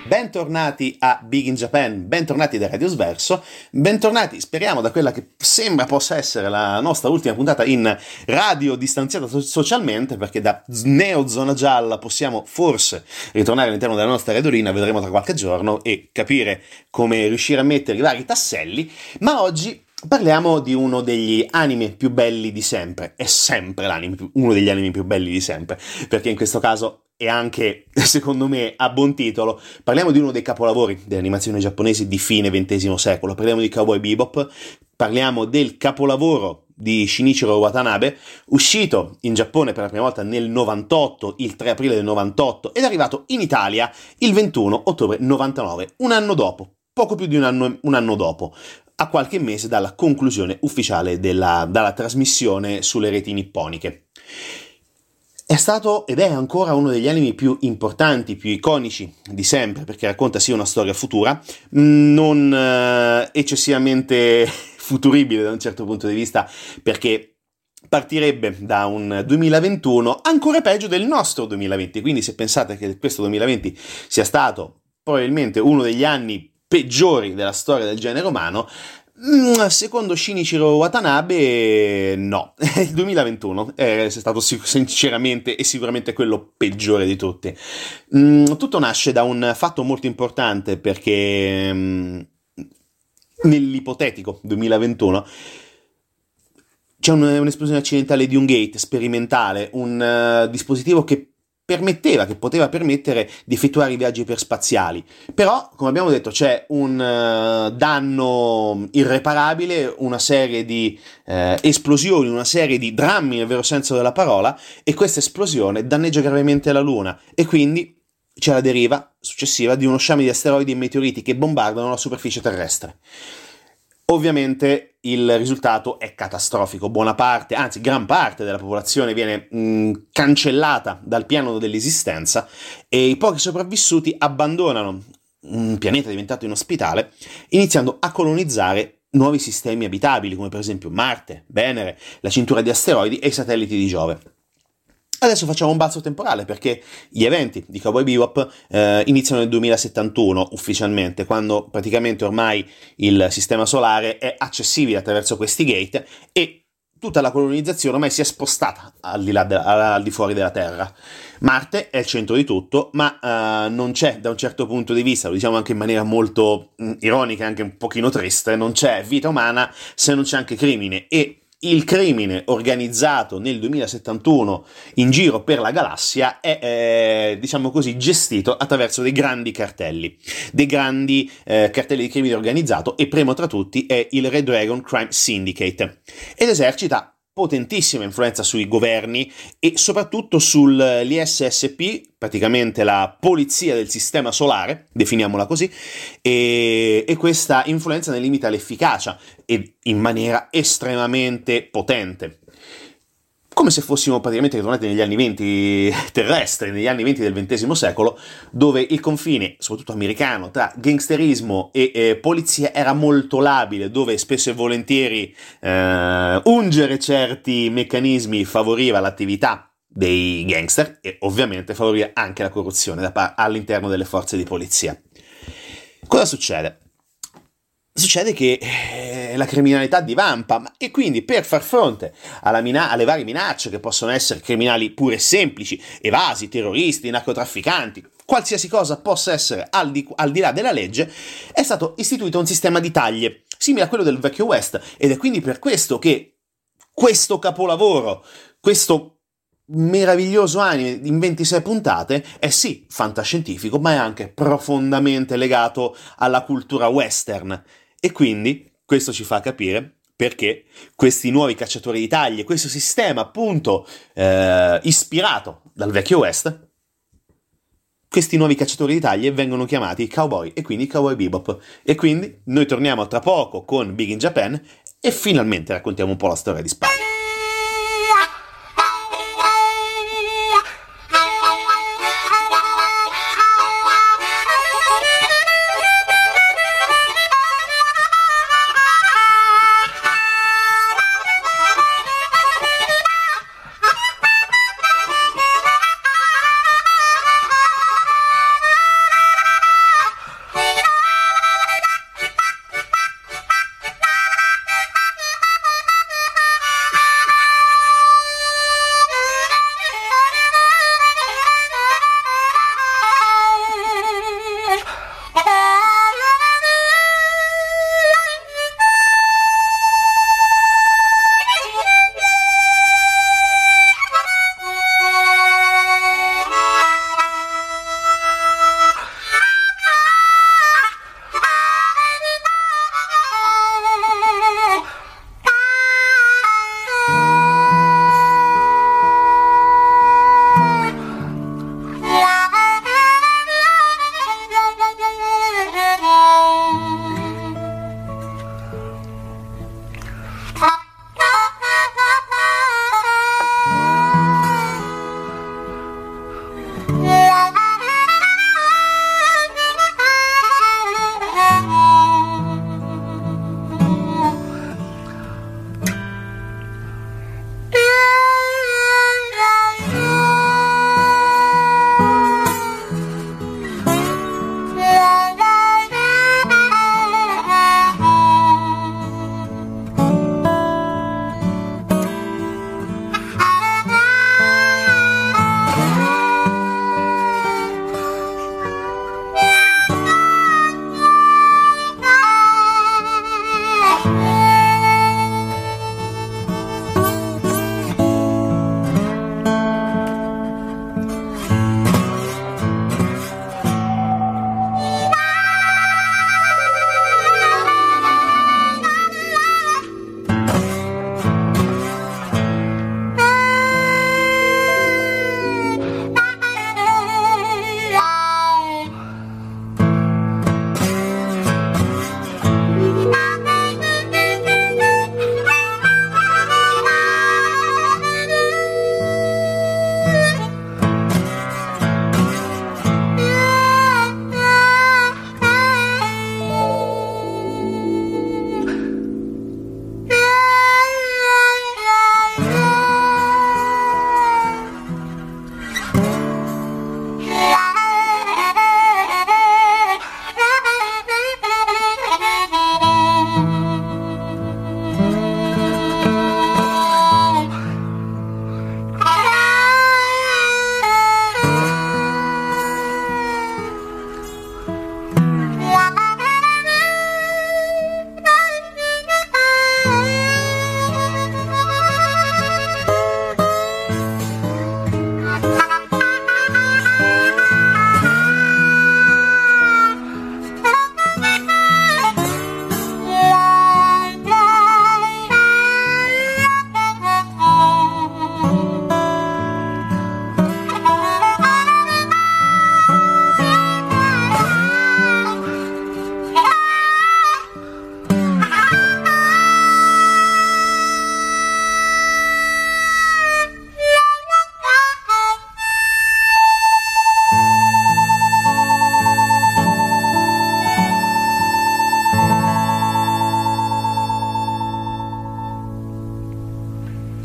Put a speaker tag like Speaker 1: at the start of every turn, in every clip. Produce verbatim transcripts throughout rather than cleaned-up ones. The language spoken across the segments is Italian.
Speaker 1: Bentornati a Big in Japan, bentornati da Radio Sverso, bentornati, speriamo, da quella che sembra possa essere la nostra ultima puntata in radio distanziata so- socialmente, perché da Neo Zona Gialla possiamo forse ritornare all'interno della nostra radiolina, vedremo tra qualche giorno, e capire come riuscire a mettere i vari tasselli, ma oggi parliamo di uno degli anime più belli di sempre, è sempre l'anime, uno degli anime più belli di sempre, perché in questo caso e anche, secondo me, a buon titolo, parliamo di uno dei capolavori delle animazioni giapponesi di fine ventesimo secolo, parliamo di Cowboy Bebop, parliamo del capolavoro di Shinichiro Watanabe, uscito in Giappone per la prima volta nel novantotto, il tre aprile del novantotto, ed arrivato in Italia il ventuno ottobre novantanove, un anno dopo, poco più di un anno, un anno dopo, a qualche mese dalla conclusione ufficiale della, dalla trasmissione sulle reti nipponiche. È stato ed è ancora uno degli anime più importanti, più iconici di sempre, perché racconta sì una storia futura, non eh, eccessivamente futuribile da un certo punto di vista, perché partirebbe da un duemilaventuno ancora peggio del nostro duemilaventi, quindi se pensate che questo duemilaventi sia stato probabilmente uno degli anni peggiori della storia del genere umano, secondo Shinichiro Watanabe no, il duemilaventuno è stato sinceramente e sicuramente quello peggiore di tutti. Tutto nasce da un fatto molto importante, perché nell'ipotetico duemilaventuno c'è un'esplosione accidentale di un gate sperimentale, un uh, dispositivo che permetteva, che poteva permettere di effettuare i viaggi iperspaziali. Però, come abbiamo detto, c'è un uh, danno irreparabile, una serie di uh, esplosioni, una serie di drammi nel vero senso della parola, e questa esplosione danneggia gravemente la Luna, e quindi c'è la deriva successiva di uno sciame di asteroidi e meteoriti che bombardano la superficie terrestre. Ovviamente il risultato è catastrofico, buona parte, anzi gran parte della popolazione viene mh, cancellata dal piano dell'esistenza, e i pochi sopravvissuti abbandonano un pianeta diventato inospitale, iniziando a colonizzare nuovi sistemi abitabili, come per esempio Marte, Venere, la cintura di asteroidi e i satelliti di Giove. Adesso facciamo un balzo temporale, perché gli eventi di Cowboy Bebop eh, iniziano nel duemilasettantuno ufficialmente, quando praticamente ormai il sistema solare è accessibile attraverso questi gate e tutta la colonizzazione ormai si è spostata al di là de- al di fuori della Terra. Marte è il centro di tutto, ma uh, non c'è, da un certo punto di vista, lo diciamo anche in maniera molto mh, ironica, anche un pochino triste, non c'è vita umana se non c'è anche crimine, e il crimine organizzato nel duemilasettantuno in giro per la galassia è, eh, diciamo così, gestito attraverso dei grandi cartelli, dei grandi eh, cartelli di crimine organizzato, e primo tra tutti è il Red Dragon Crime Syndicate, ed esercita potentissima influenza sui governi e soprattutto sull'I S S P, praticamente la polizia del sistema solare, definiamola così, e, e questa influenza ne limita l'efficacia e in maniera estremamente potente. Come se fossimo praticamente ritornati negli anni venti terrestri, negli anni venti del ventesimo secolo, dove il confine, soprattutto americano, tra gangsterismo e eh, polizia era molto labile, dove spesso e volentieri eh, ungere certi meccanismi favoriva l'attività dei gangster e ovviamente favoriva anche la corruzione da par- all'interno delle forze di polizia. Cosa succede? Succede che eh, la criminalità divampa, e quindi per far fronte alla mina- alle varie minacce che possono essere criminali pure e semplici, evasi, terroristi, narcotrafficanti, qualsiasi cosa possa essere al di, al di là della legge, è stato istituito un sistema di taglie, simile a quello del vecchio West, ed è quindi per questo che questo capolavoro, questo meraviglioso anime in ventisei puntate è sì fantascientifico, ma è anche profondamente legato alla cultura western. E quindi questo ci fa capire perché questi nuovi cacciatori di taglie, questo sistema appunto eh, ispirato dal vecchio West, questi nuovi cacciatori di taglie vengono chiamati cowboy, e quindi Cowboy Bebop. E quindi noi torniamo tra poco con Big in Japan e finalmente raccontiamo un po' la storia di Spike.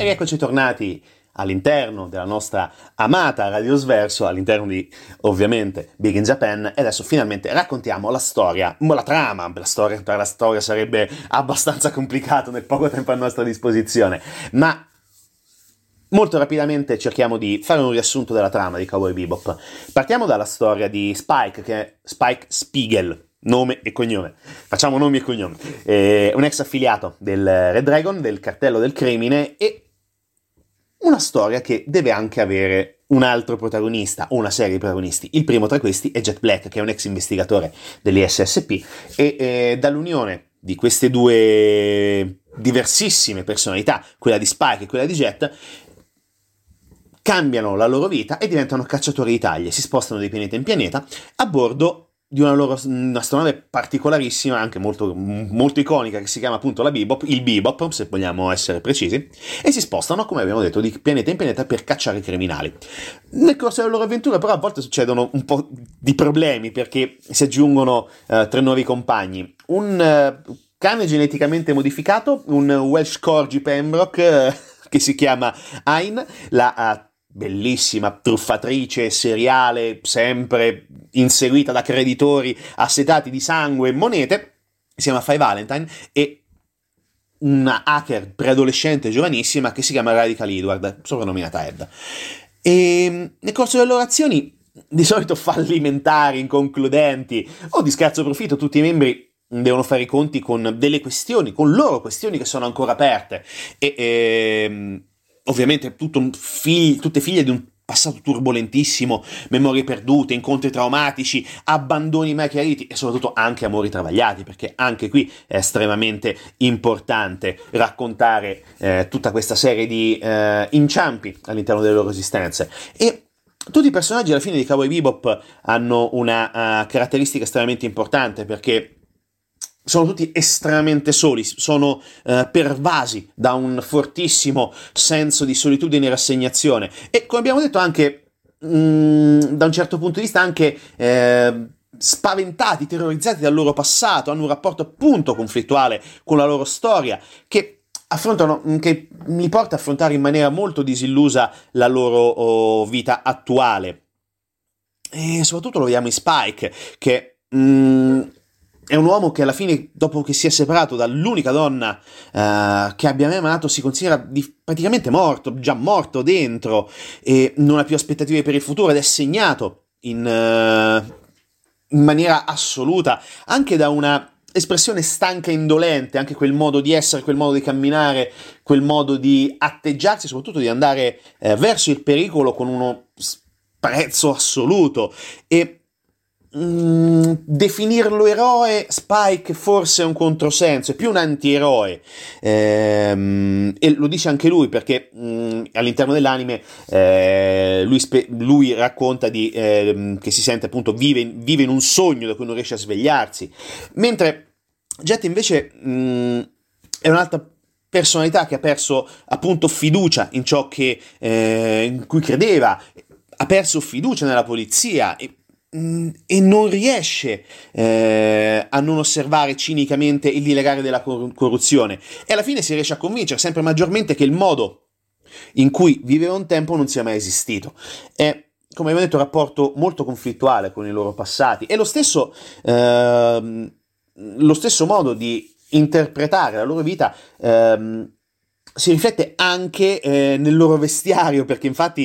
Speaker 1: E eccoci tornati all'interno della nostra amata Radiosverso, all'interno di, ovviamente, Big in Japan, e adesso finalmente raccontiamo la storia, la trama. La storia, la storia sarebbe abbastanza complicato nel poco tempo a nostra disposizione, ma molto rapidamente cerchiamo di fare un riassunto della trama di Cowboy Bebop. Partiamo dalla storia di Spike, che è Spike Spiegel, nome e cognome. Facciamo nomi e cognomi. È un ex affiliato del Red Dragon, del cartello del crimine, e una storia che deve anche avere un altro protagonista, o una serie di protagonisti. Il primo tra questi è Jet Black, che è un ex investigatore dell'I S S P, e eh, dall'unione di queste due diversissime personalità, quella di Spike e quella di Jet, cambiano la loro vita e diventano cacciatori di taglie. Si spostano di pianeta in pianeta a bordo di una loro un'astronave particolarissima, anche molto, molto iconica, che si chiama appunto la Bebop, il Bebop, se vogliamo essere precisi, e si spostano, come abbiamo detto, di pianeta in pianeta per cacciare i criminali. Nel corso della loro avventura, però, a volte succedono un po' di problemi, perché si aggiungono uh, tre nuovi compagni. Un uh, cane geneticamente modificato, un Welsh Corgi Pembroke, uh, che si chiama Ain, la uh, bellissima truffatrice seriale, sempre inseguita da creditori assetati di sangue e monete, si chiama Five Valentine, e una hacker preadolescente giovanissima che si chiama Radical Edward, soprannominata Ed. E nel corso delle loro azioni, di solito fallimentari, inconcludenti o di scarso profitto, tutti i membri devono fare i conti con delle questioni, con loro questioni che sono ancora aperte, e ehm, ovviamente tutto fig- tutte figlie di un passato turbolentissimo, memorie perdute, incontri traumatici, abbandoni mai chiariti e soprattutto anche amori travagliati, perché anche qui è estremamente importante raccontare eh, tutta questa serie di eh, inciampi all'interno delle loro esistenze. E tutti i personaggi alla fine di Cowboy Bebop hanno una uh, caratteristica estremamente importante, perché sono tutti estremamente soli, sono uh, pervasi da un fortissimo senso di solitudine e rassegnazione, e come abbiamo detto anche mh, da un certo punto di vista anche eh, spaventati, terrorizzati dal loro passato, hanno un rapporto appunto conflittuale con la loro storia che affrontano, che li porta a affrontare in maniera molto disillusa la loro oh, vita attuale. E soprattutto lo vediamo in Spike, che mh, è un uomo che alla fine, dopo che si è separato dall'unica donna uh, che abbia mai amato, si considera di, praticamente morto, già morto dentro, e non ha più aspettative per il futuro, ed è segnato in, uh, in maniera assoluta anche da una espressione stanca e indolente, anche quel modo di essere, quel modo di camminare, quel modo di atteggiarsi, soprattutto di andare uh, verso il pericolo con uno sprezzo assoluto. E Mm, definirlo eroe, Spike forse è un controsenso, è più un antieroe, ehm, e lo dice anche lui, perché mm, all'interno dell'anime eh, lui, spe- lui racconta di, eh, che si sente appunto vive, vive in un sogno da cui non riesce a svegliarsi, mentre Jet invece mm, è un'altra personalità che ha perso appunto fiducia in ciò che, eh, in cui credeva, ha perso fiducia nella polizia e e non riesce eh, a non osservare cinicamente il dilagare della cor- corruzione, e alla fine si riesce a convincere sempre maggiormente che il modo in cui viveva un tempo non sia mai esistito. È, come abbiamo detto, un rapporto molto conflittuale con i loro passati, e lo stesso ehm, lo stesso modo di interpretare la loro vita ehm, si riflette anche eh, nel loro vestiario, perché infatti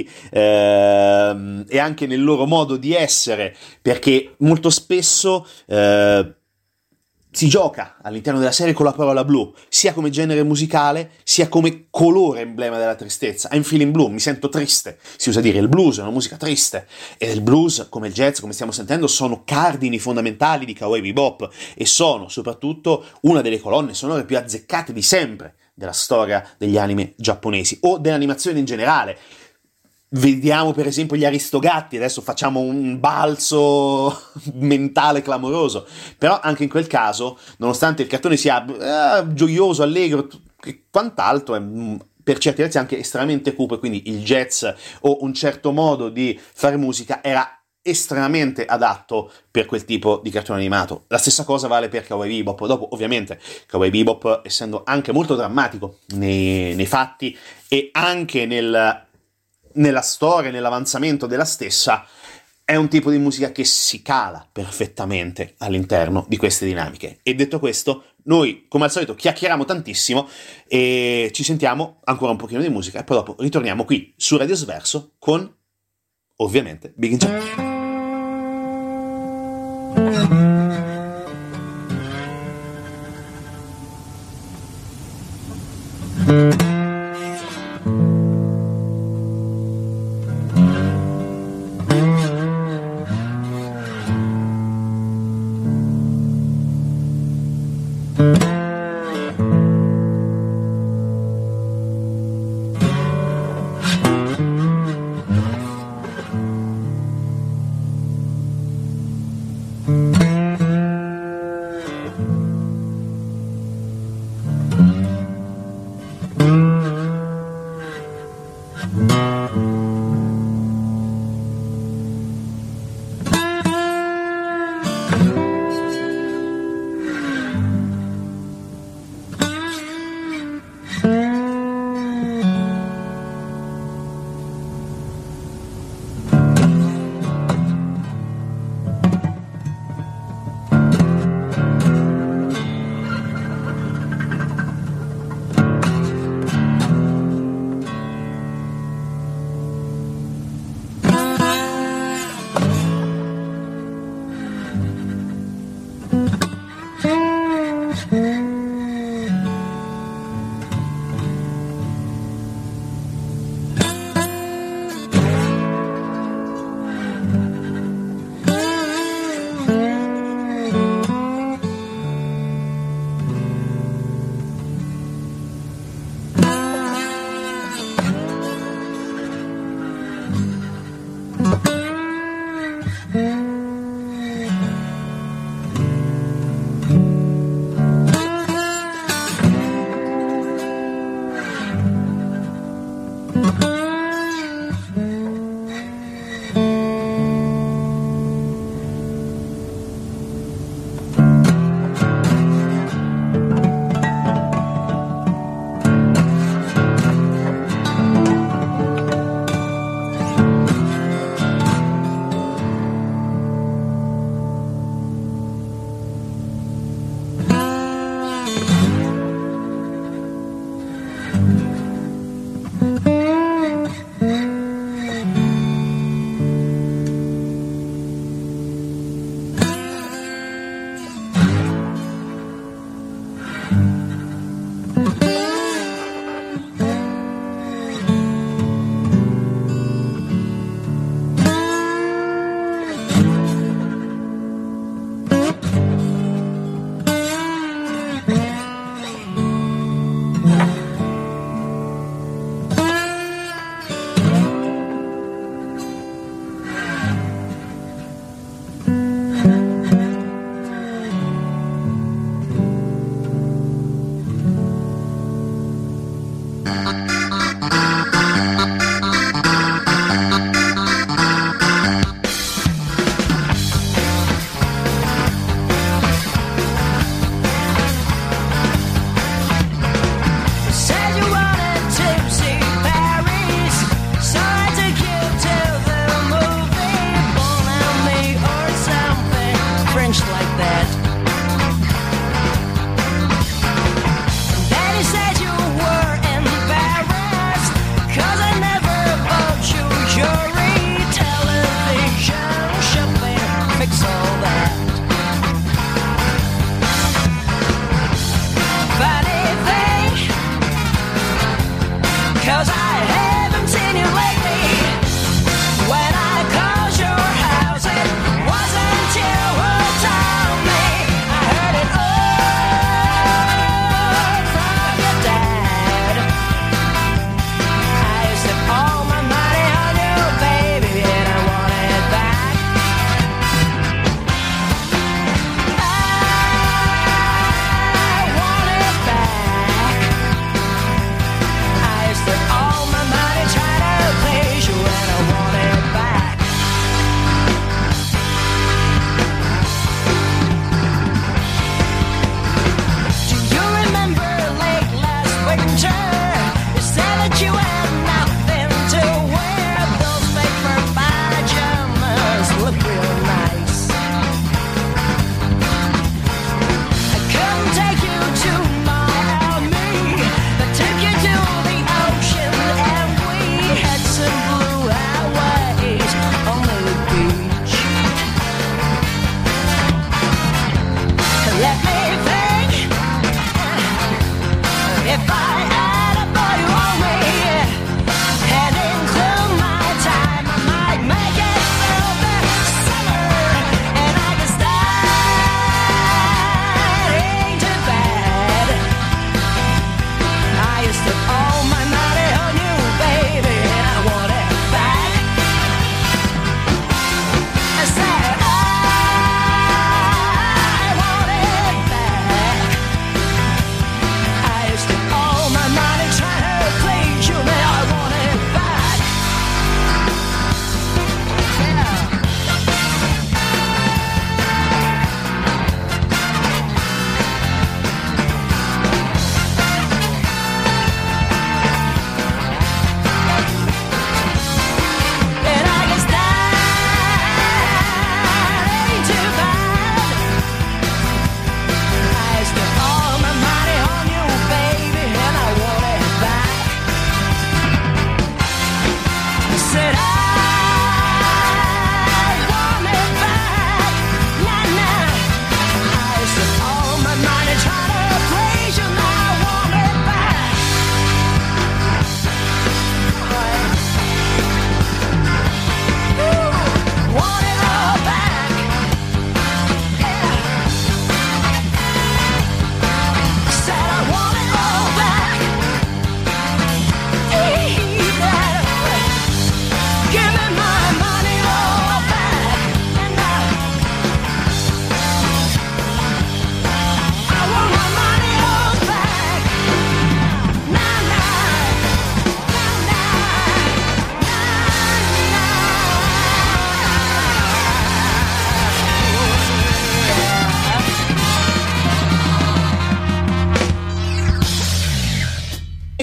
Speaker 1: eh, e anche nel loro modo di essere, perché molto spesso eh, si gioca all'interno della serie con la parola blu, sia come genere musicale, sia come colore emblema della tristezza. I'm feeling blue, mi sento triste. Si usa dire il blues è una musica triste, e il blues, come il jazz, come stiamo sentendo, sono cardini fondamentali di Cowboy Bebop, e sono soprattutto una delle colonne sonore più azzeccate di sempre della storia degli anime giapponesi, o dell'animazione in generale. Vediamo per esempio gli Aristogatti, adesso facciamo un balzo mentale clamoroso, però anche in quel caso, nonostante il cartone sia eh, gioioso, allegro e quant'altro, è per certi versi anche estremamente cupo, e quindi il jazz o un certo modo di fare musica era estremamente adatto per quel tipo di cartone animato. La stessa cosa vale per Cowboy Bebop. Dopo, ovviamente, Cowboy Bebop, essendo anche molto drammatico nei, nei fatti e anche nel, nella storia, nell'avanzamento della stessa, è un tipo di musica che si cala perfettamente all'interno di queste dinamiche. E detto questo, noi, come al solito, chiacchieriamo tantissimo e ci sentiamo ancora un pochino di musica e poi dopo ritorniamo qui su Radio Sverso con, ovviamente, Big in Chat.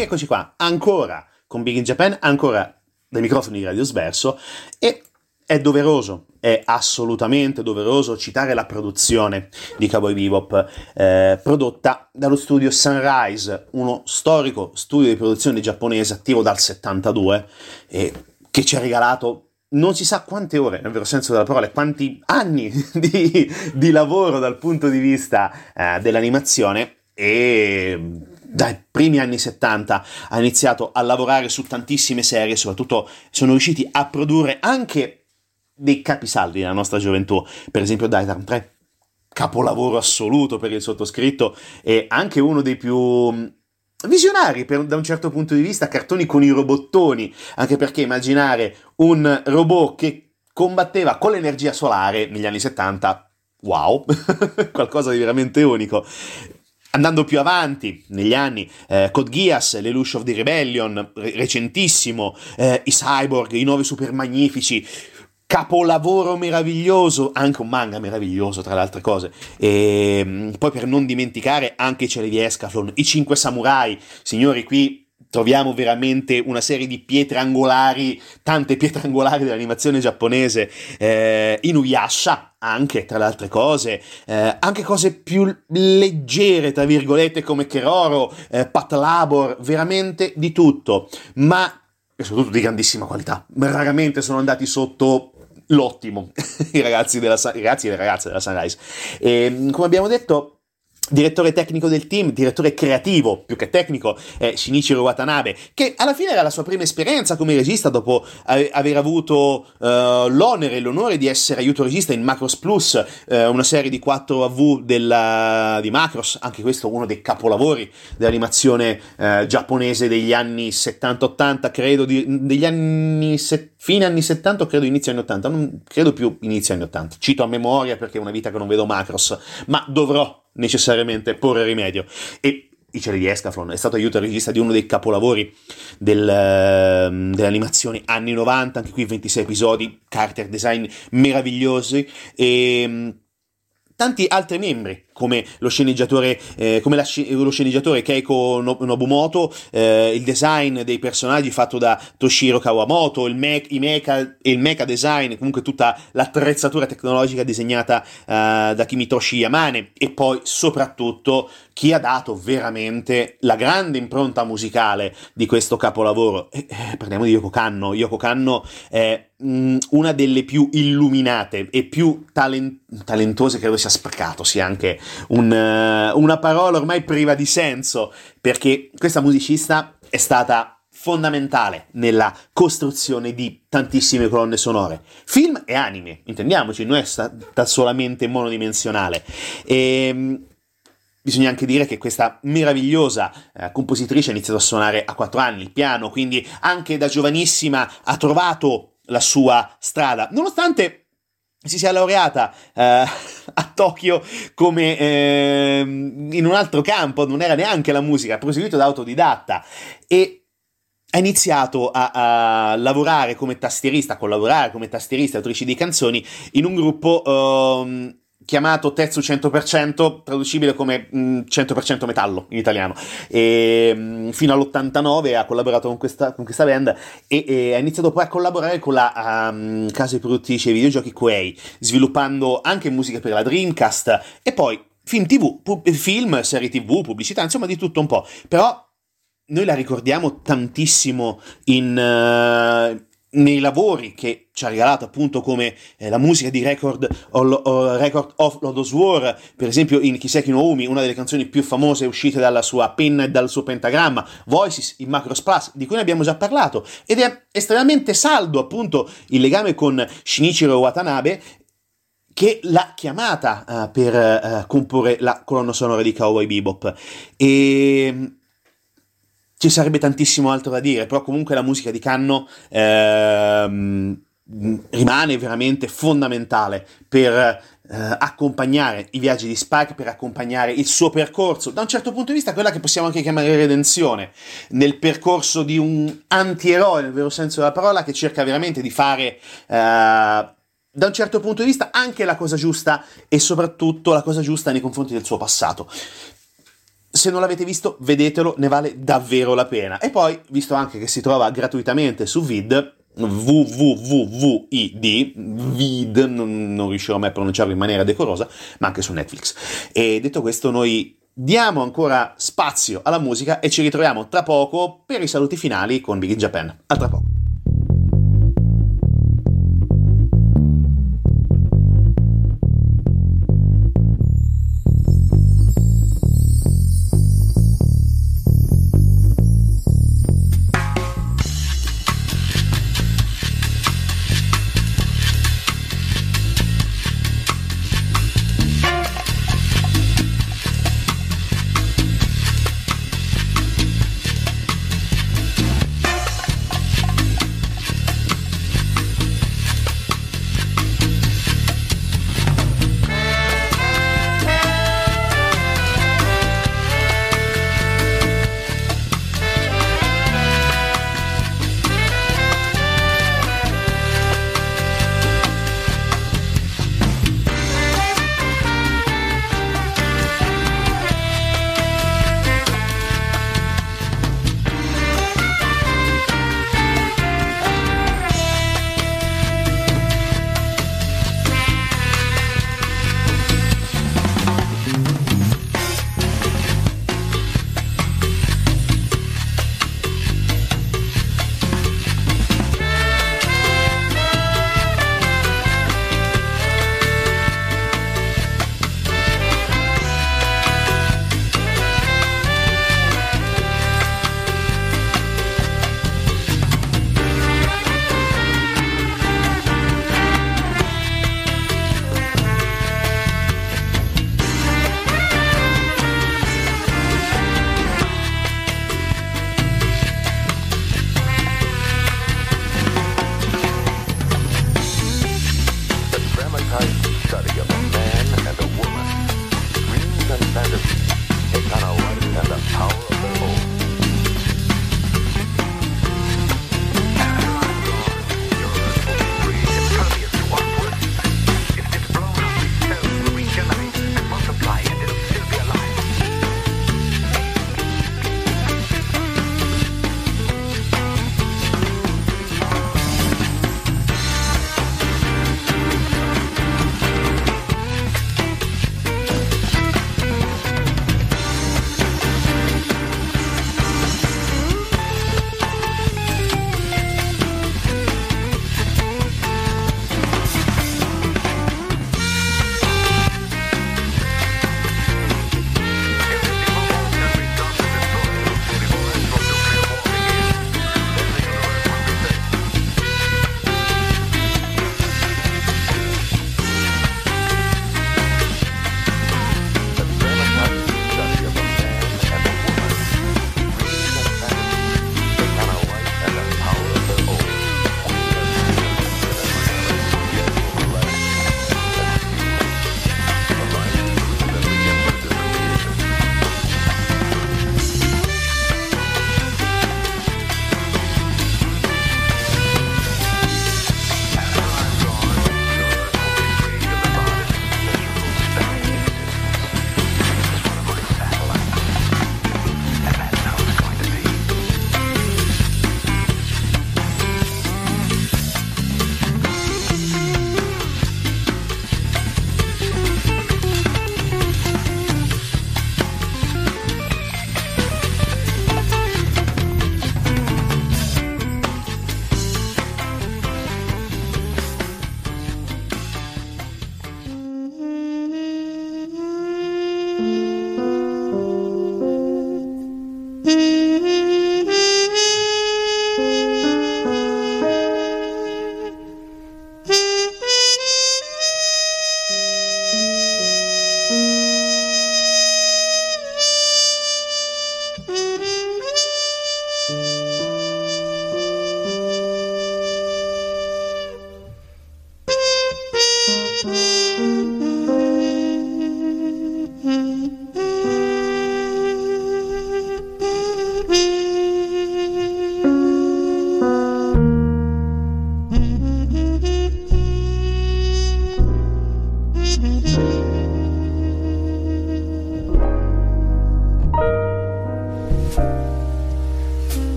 Speaker 1: eccoci qua, ancora con Big in Japan, ancora dai microfoni di Radio Sverso, e è doveroso, è assolutamente doveroso citare la produzione di Cowboy Bebop, eh, prodotta dallo studio Sunrise, uno storico studio di produzione giapponese attivo dal settantadue, e che ci ha regalato non si sa quante ore, nel vero senso della parola, quanti anni di, di lavoro dal punto di vista eh, dell'animazione, e dai primi anni settanta ha iniziato a lavorare su tantissime serie, soprattutto sono riusciti a produrre anche dei capisaldi nella nostra gioventù, per esempio Daitarn tre, capolavoro assoluto per il sottoscritto, e anche uno dei più visionari per, da un certo punto di vista, cartoni con i robottoni, anche perché immaginare un robot che combatteva con l'energia solare negli anni settanta, wow, qualcosa di veramente unico. Andando più avanti negli anni, eh, Code Geass, l'Elush of the Rebellion, re- recentissimo, eh, i Cyborg, i Nuovi Super Magnifici, capolavoro meraviglioso, anche un manga meraviglioso tra le altre cose, e poi per non dimenticare anche i Cieli di Escaflon, i Cinque Samurai, signori, qui troviamo veramente una serie di pietre angolari, tante pietre angolari dell'animazione giapponese, eh, Inuyasha anche tra le altre cose, eh, anche cose più leggere tra virgolette come Keroro, eh, Pat Labor, veramente di tutto, ma e soprattutto di grandissima qualità. Raramente sono andati sotto l'ottimo i ragazzi della i ragazzi e le ragazze della Sunrise. E, come abbiamo detto, direttore tecnico del team, direttore creativo più che tecnico, è Shinichiro Watanabe, che alla fine era la sua prima esperienza come regista dopo aver avuto uh, l'onere e l'onore di essere aiuto regista in Macross Plus, uh, una serie di quattro A V della, di Macross, anche questo uno dei capolavori dell'animazione uh, giapponese degli anni settanta ottanta, credo, di, degli anni se, fine anni settanta, credo inizio anni ottanta, non credo più inizio anni ottanta, cito a memoria perché è una vita che non vedo Macross, ma dovrò necessariamente porre rimedio. E I Cieli di Escaflon è stato aiuto regista di uno dei capolavori del, dell'animazione anni novanta, anche qui ventisei episodi, character design meravigliosi, e tanti altri membri come lo sceneggiatore eh, come la, lo sceneggiatore Keiko Nobumoto, eh, il design dei personaggi fatto da Toshiro Kawamoto, il, me- i mecha e il mecha design, comunque tutta l'attrezzatura tecnologica disegnata uh, da Kimitoshi Yamane, e poi soprattutto chi ha dato veramente la grande impronta musicale di questo capolavoro. Eh, eh, parliamo di Yoko Kanno. Yoko Kanno è mh, una delle più illuminate e più talent- talentose, credo sia sprecato sia anche Un, uh, una parola ormai priva di senso, perché questa musicista è stata fondamentale nella costruzione di tantissime colonne sonore, film e anime, intendiamoci, non è stata solamente monodimensionale. E bisogna anche dire che questa meravigliosa eh, compositrice ha iniziato a suonare a quattro anni il piano, quindi anche da giovanissima ha trovato la sua strada, nonostante si sia laureata eh, a Tokyo come eh, in un altro campo, non era neanche la musica, ha proseguito da autodidatta e ha iniziato a, a lavorare come tastierista, a collaborare come tastierista e autrice di canzoni in un gruppo eh, chiamato Tetsu cento per cento, traducibile come mh, cento per cento metallo in italiano, e mh, fino all'ottantanove ha collaborato con questa, con questa band e, e ha iniziato poi a collaborare con la um, casa di produttrice dei videogiochi Koei, sviluppando anche musica per la Dreamcast e poi film tv, pu- film, serie tv, pubblicità, insomma di tutto un po', però noi la ricordiamo tantissimo in... Uh, nei lavori che ci ha regalato appunto come eh, la musica di Record, o, o Record of Lodoss War, per esempio in Kiseki no Umi, una delle canzoni più famose uscite dalla sua penna e dal suo pentagramma, Voices in Macross Plus, di cui ne abbiamo già parlato, ed è estremamente saldo appunto il legame con Shinichiro Watanabe, che l'ha chiamata uh, per uh, comporre la colonna sonora di Cowboy Bebop. E ci sarebbe tantissimo altro da dire, però comunque la musica di Kanno ehm, rimane veramente fondamentale per eh, accompagnare i viaggi di Spike, per accompagnare il suo percorso, da un certo punto di vista quella che possiamo anche chiamare redenzione, nel percorso di un antieroe, nel vero senso della parola, che cerca veramente di fare eh, da un certo punto di vista anche la cosa giusta e soprattutto la cosa giusta nei confronti del suo passato. Se non l'avete visto, vedetelo, ne vale davvero la pena. E poi, visto anche che si trova gratuitamente su Vid, www.vid, Vid, non, non riuscirò mai a pronunciarlo in maniera decorosa, ma anche su Netflix. E detto questo, noi diamo ancora spazio alla musica e ci ritroviamo tra poco per i saluti finali con Big in Japan. A tra poco.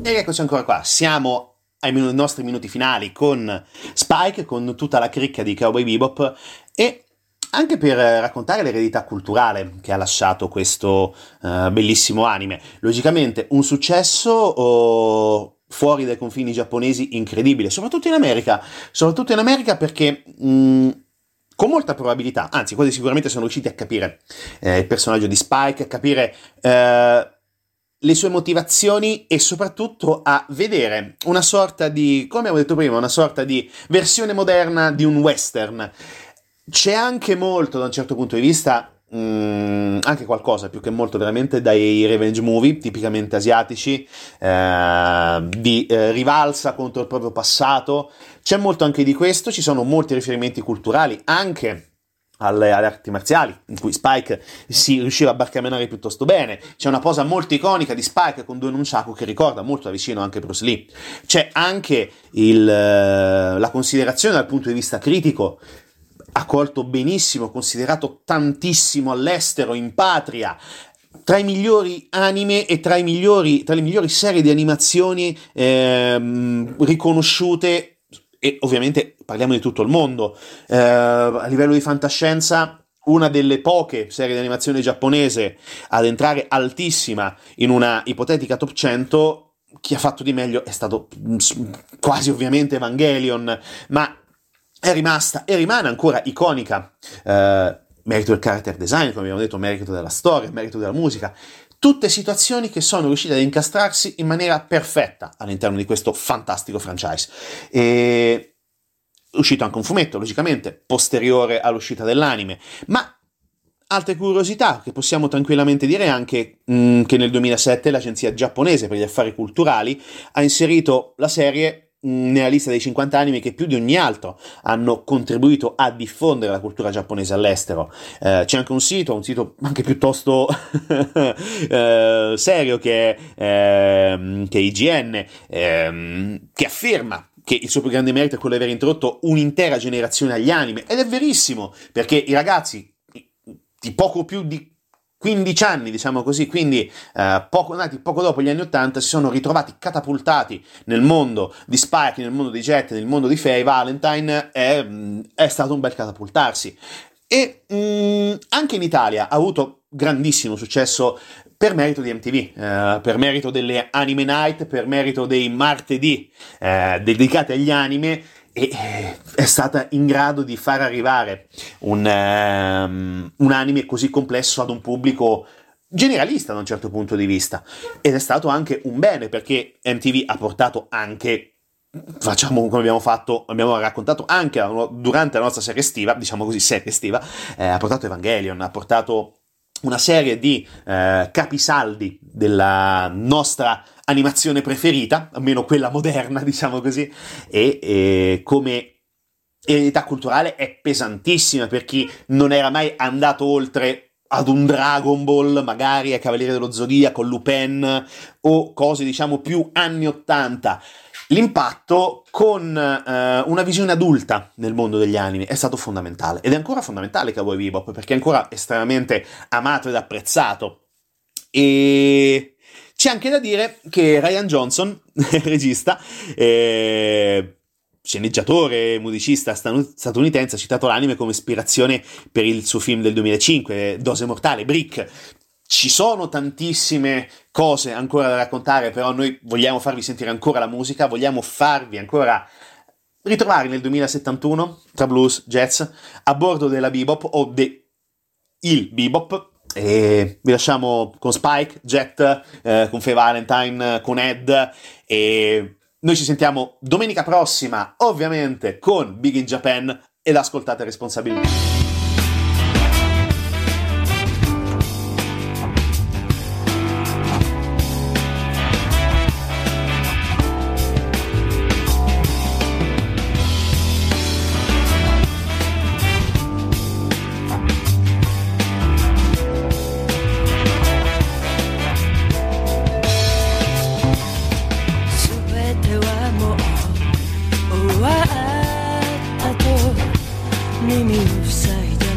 Speaker 1: E eccoci ancora qua, siamo ai minu- nostri minuti finali con Spike, con tutta la cricca di Cowboy Bebop, e anche per raccontare l'eredità culturale che ha lasciato questo uh, bellissimo anime. Logicamente un successo oh, fuori dai confini giapponesi incredibile, soprattutto in America, soprattutto in America perché mh, con molta probabilità, anzi quasi sicuramente sono riusciti a capire eh, il personaggio di Spike, a capire eh, le sue motivazioni e soprattutto a vedere una sorta di, come abbiamo detto prima, una sorta di versione moderna di un western. C'è anche molto, da un certo punto di vista, mh, anche qualcosa, più che molto veramente, dai revenge movie, tipicamente asiatici, eh, di eh, rivalsa contro il proprio passato. C'è molto anche di questo, ci sono molti riferimenti culturali, anche alle, alle arti marziali, in cui Spike si riusciva a barcamenare piuttosto bene. C'è una posa molto iconica di Spike con due nunchaku che ricorda molto da vicino anche Bruce Lee. C'è anche il, la considerazione dal punto di vista critico, accolto benissimo, considerato tantissimo all'estero, in patria, tra i migliori anime e tra i migliori, tra le migliori serie di animazioni ehm, riconosciute, e ovviamente parliamo di tutto il mondo. Eh, a livello di fantascienza, una delle poche serie di animazione giapponese ad entrare altissima in una ipotetica top cento. Chi ha fatto di meglio è stato quasi ovviamente Evangelion, ma è rimasta e rimane ancora iconica, eh, merito del character design, come abbiamo detto, merito della storia, merito della musica, tutte situazioni che sono riuscite ad incastrarsi in maniera perfetta all'interno di questo fantastico franchise. E è uscito anche un fumetto, logicamente, posteriore all'uscita dell'anime, ma altre curiosità che possiamo tranquillamente dire anche mh, che nel duemilasette l'agenzia giapponese per gli affari culturali ha inserito la serie nella lista dei cinquanta anime che più di ogni altro hanno contribuito a diffondere la cultura giapponese all'estero. Eh, c'è anche un sito, un sito anche piuttosto eh, serio che è, eh, che è I G N, eh, che afferma che il suo più grande merito è quello di aver introdotto un'intera generazione agli anime, ed è verissimo, perché i ragazzi di poco più di quindici anni, diciamo così, quindi eh, poco, nati poco dopo gli anni ottanta, si sono ritrovati catapultati nel mondo di Spike, nel mondo di Jet, nel mondo di Faye Valentine. È, è stato un bel catapultarsi. E mh, anche in Italia ha avuto grandissimo successo per merito di M T V, eh, per merito delle Anime Night, per merito dei martedì eh, dedicati agli anime, e è stata in grado di far arrivare un, um, un anime così complesso ad un pubblico generalista da un certo punto di vista, ed è stato anche un bene, perché M T V ha portato anche, facciamo come abbiamo fatto, abbiamo raccontato anche durante la nostra serie estiva, diciamo così, serie estiva, eh, ha portato Evangelion, ha portato una serie di eh, capisaldi della nostra animazione preferita, almeno quella moderna, diciamo così, e, e come eredità culturale è pesantissima per chi non era mai andato oltre ad un Dragon Ball, magari a Cavaliere dello Zodiaco, Lupin o cose diciamo più anni ottanta. L'impatto con eh, una visione adulta nel mondo degli anime è stato fondamentale, ed è ancora fondamentale Cowboy Bebop, perché è ancora estremamente amato ed apprezzato. E c'è anche da dire che Rian Johnson, regista, eh, sceneggiatore, musicista statunitense, ha citato l'anime come ispirazione per il suo film del duemilacinque, Dose Mortale, Brick. Ci sono tantissime cose ancora da raccontare, però noi vogliamo farvi sentire ancora la musica, vogliamo farvi ancora ritrovare nel duemilasettantuno, tra blues, jazz, a bordo della Bebop o de il Bebop. E vi lasciamo con Spike, Jet, eh, con Faye Valentine, con Ed, e noi ci sentiamo domenica prossima, ovviamente con Big in Japan, ed ascoltate responsabilmente.
Speaker 2: 耳を塞いで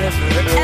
Speaker 2: F